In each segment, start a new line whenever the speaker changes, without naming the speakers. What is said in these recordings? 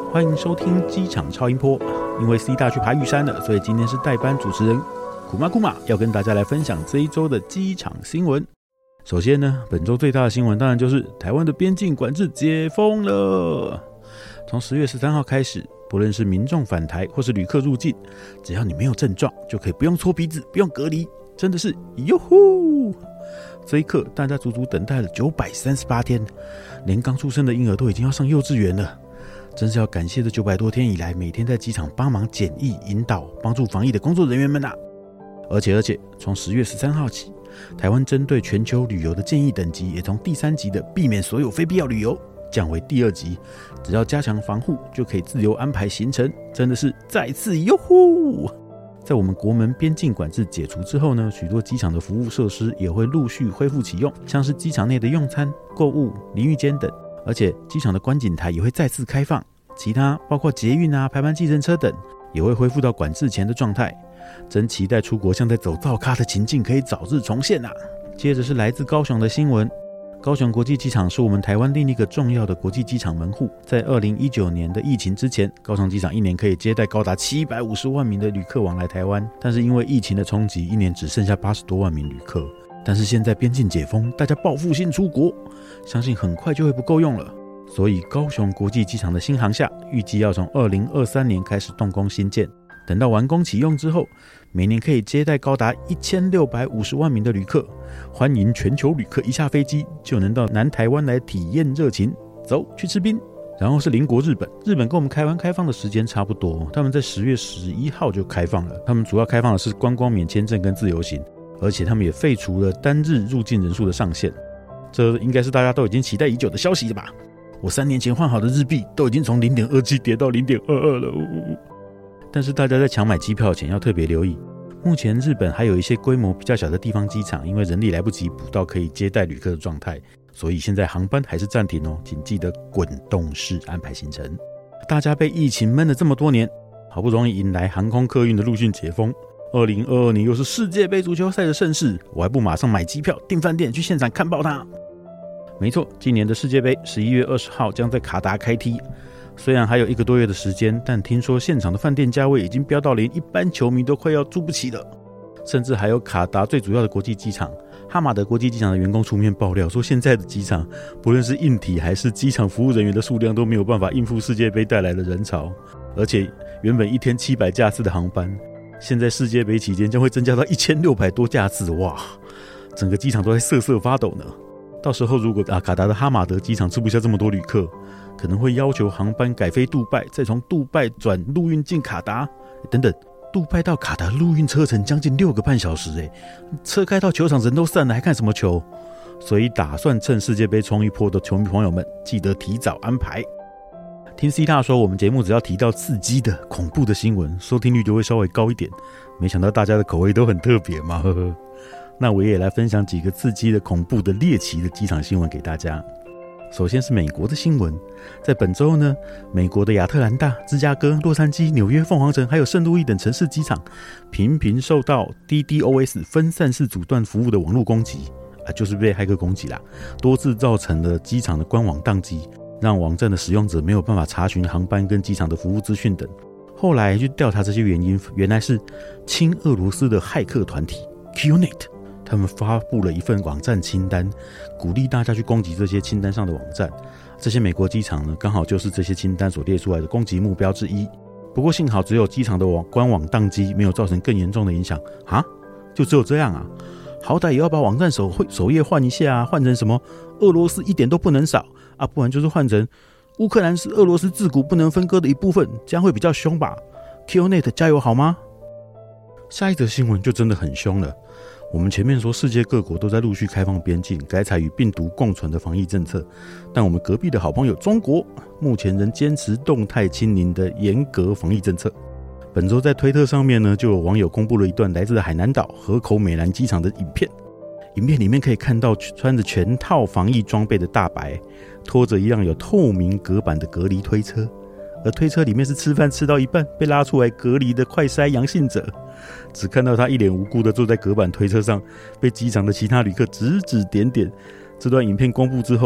欢迎收听机场超音波。因为 C 大去爬玉山了，所以今天是代班主持人库玛要跟大家来分享这一周的机场新闻。首先呢，本周最大的新闻当然就是台湾的边境管制解封了。从10月13号开始，不论是民众返台或是旅客入境，只要你没有症状，就可以不用搓鼻子，不用隔离，真的是哟呼！这一刻，大家足足等待了938天，连刚出生的婴儿都已经要上幼稚园了。真是要感谢这900多天以来，每天在机场帮忙检疫、引导、帮助防疫的工作人员们啊！而且，从10月13号起，台湾针对全球旅游的建议等级也从第3级的避免所有非必要旅游降为第2级，只要加强防护，就可以自由安排行程，真的是再次哟呼！在我们国门边境管制解除之后呢，许多机场的服务设施也会陆续恢复启用，像是机场内的用餐、购物、淋浴间等。而且机场的观景台也会再次开放，其他包括捷运排班计程车等也会恢复到管制前的状态。真期待出国像在走灶咖的情境可以早日重现啊！接着是来自高雄的新闻。高雄国际机场是我们台湾另一个重要的国际机场门户。在2019年的疫情之前，高雄机场一年可以接待高达750万名的旅客往来台湾，但是因为疫情的冲击，一年只剩下80多万名旅客。但是现在边境解封，大家报复性出国，相信很快就会不够用了。所以高雄国际机场的新航厦预计要从2023年开始动工新建，等到完工启用之后，每年可以接待高达1650万名的旅客，欢迎全球旅客一下飞机就能到南台湾来体验热情，走去吃冰。然后是邻国日本，日本跟我们台湾开放的时间差不多，他们在10月11号就开放了，他们主要开放的是观光免签证跟自由行，而且他们也废除了单日入境人数的上限，这应该是大家都已经期待已久的消息了吧？我3年前换好的日币都已经从 0.27 跌到 0.22 了。但是大家在抢买机票前要特别留意，目前日本还有一些规模比较小的地方机场，因为人力来不及补到可以接待旅客的状态，所以现在航班还是暂停哦，请记得滚动式安排行程。大家被疫情闷了这么多年，好不容易迎来航空客运的陆续解封。2022年又是世界杯足球赛的盛事，我还不马上买机票订饭店去现场看爆它？没错，今年的世界杯11月20号将在卡达开踢，虽然还有1个多月的时间，但听说现场的饭店价位已经飙到连一般球迷都快要住不起了。甚至还有卡达最主要的国际机场哈马德国际机场的员工出面爆料说，现在的机场不论是硬体还是机场服务人员的数量都没有办法应付世界杯带来的人潮，而且原本1天700架次的航班，现在世界杯期间将会增加到1600多架次，哇，整个机场都在瑟瑟发抖呢。到时候如果卡达的哈马德机场吃不下这么多旅客，可能会要求航班改飞杜拜，再从杜拜转陆运进卡达，等等。杜拜到卡达陆运车程将近6个半小时，车开到球场人都散了，还看什么球？所以打算趁世界杯冲一波的球迷朋友们，记得提早安排。听 C 大说，我们节目只要提到刺激的、恐怖的新闻，收听率就会稍微高一点。没想到大家的口味都很特别嘛，呵呵。那我也来分享几个刺激的、恐怖的、猎奇的机场新闻给大家。首先是美国的新闻，在本周呢，美国的亚特兰大、芝加哥、洛杉矶、纽约、凤凰城还有圣路易等城市机场频频受到 DDoS 分散式阻断服务的网络攻击，就是被骇客攻击啦，多次造成了机场的官网宕机，让网站的使用者没有办法查询航班跟机场的服务资讯等。后来去调查这些原因，原来是亲俄罗斯的骇客团体 QNet，他们发布了一份网站清单，鼓励大家去攻击这些清单上的网站。这些美国机场呢，刚好就是这些清单所列出来的攻击目标之一。不过幸好只有机场的官网宕机，没有造成更严重的影响啊！就只有这样啊？好歹也要把网站首页换一下啊，换成什么俄罗斯一点都不能少啊，不然就是换成乌克兰是俄罗斯自古不能分割的一部分，这样会比较凶吧。QNet 加油好吗？下一则新闻就真的很凶了。我们前面说世界各国都在陆续开放边境，改采与病毒共存的防疫政策，但我们隔壁的好朋友中国目前仍坚持动态清零的严格防疫政策。本周在推特上面呢，就有网友公布了一段来自海南岛河口美兰机场的影片。影片里面可以看到穿着全套防疫装备的大白拖着一辆有透明隔板的隔离推车，而推车里面是吃饭吃到一半被拉出来隔离的快筛阳性者，只看到他一脸无辜的坐在隔板推车上，被机场的其他旅客指指点点。这段影片公布之后，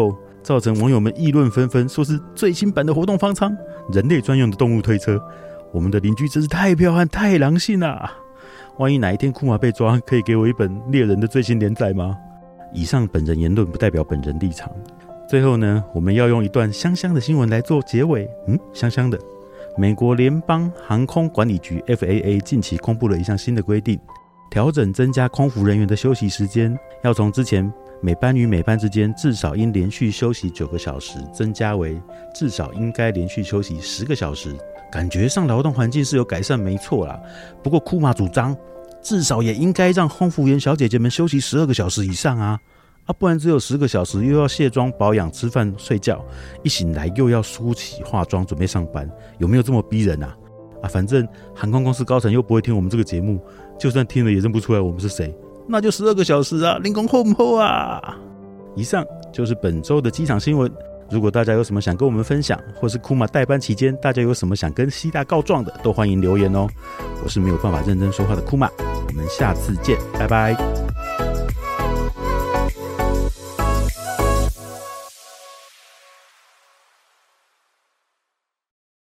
造成网友们议论纷纷，说是最新版的活动方舱，人类专用的动物推车。我们的邻居真是太彪悍太狼性了，万一哪一天库玛被抓，可以给我一本猎人的最新连载吗？以上本人言论不代表本人立场。最后呢，我们要用一段香香的新闻来做结尾。香香的。美国联邦航空管理局 FAA 近期公布了一项新的规定，调整增加空服人员的休息时间，要从之前每班与每班之间至少应连续休息9个小时，增加为至少应该连续休息10个小时。感觉上劳动环境是有改善没错啦，不过库玛主张至少也应该让空服员小姐姐们休息12个小时以上啊，不然只有10个小时又要卸妆保养吃饭睡觉，一醒来又要梳起化妆准备上班，有没有这么逼人啊？反正航空公司高层又不会听我们这个节目，就算听了也认不出来我们是谁，那就12个小时啊，人工厚不厚啊？以上就是本周的机场新闻。如果大家有什么想跟我们分享，或是库玛代班期间大家有什么想跟西大告状的，都欢迎留言哦。我是没有办法认真说话的库玛，我们下次见，拜拜。